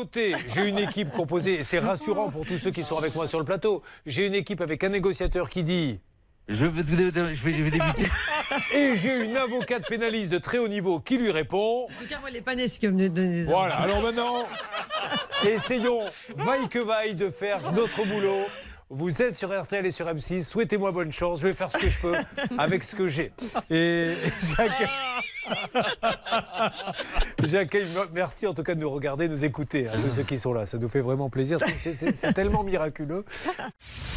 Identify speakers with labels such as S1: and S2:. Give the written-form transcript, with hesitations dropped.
S1: côté, j'ai une équipe composée, et c'est rassurant pour tous ceux qui sont avec moi sur le plateau, j'ai une équipe avec un négociateur qui dit... Je vais débuter. Et j'ai une avocate pénaliste de très haut niveau qui lui répond...
S2: En tout cas, moi, il n'est pas né celui qui va me donner des ordres.
S1: Voilà, alors maintenant, essayons, vaille que vaille, de faire notre boulot. Vous êtes sur RTL et sur M6, souhaitez-moi bonne chance, je vais faire ce que je peux avec ce que j'ai. Et j'accueille, merci en tout cas de nous regarder, de nous écouter, tous ceux qui sont là, ça nous fait vraiment plaisir, c'est tellement miraculeux.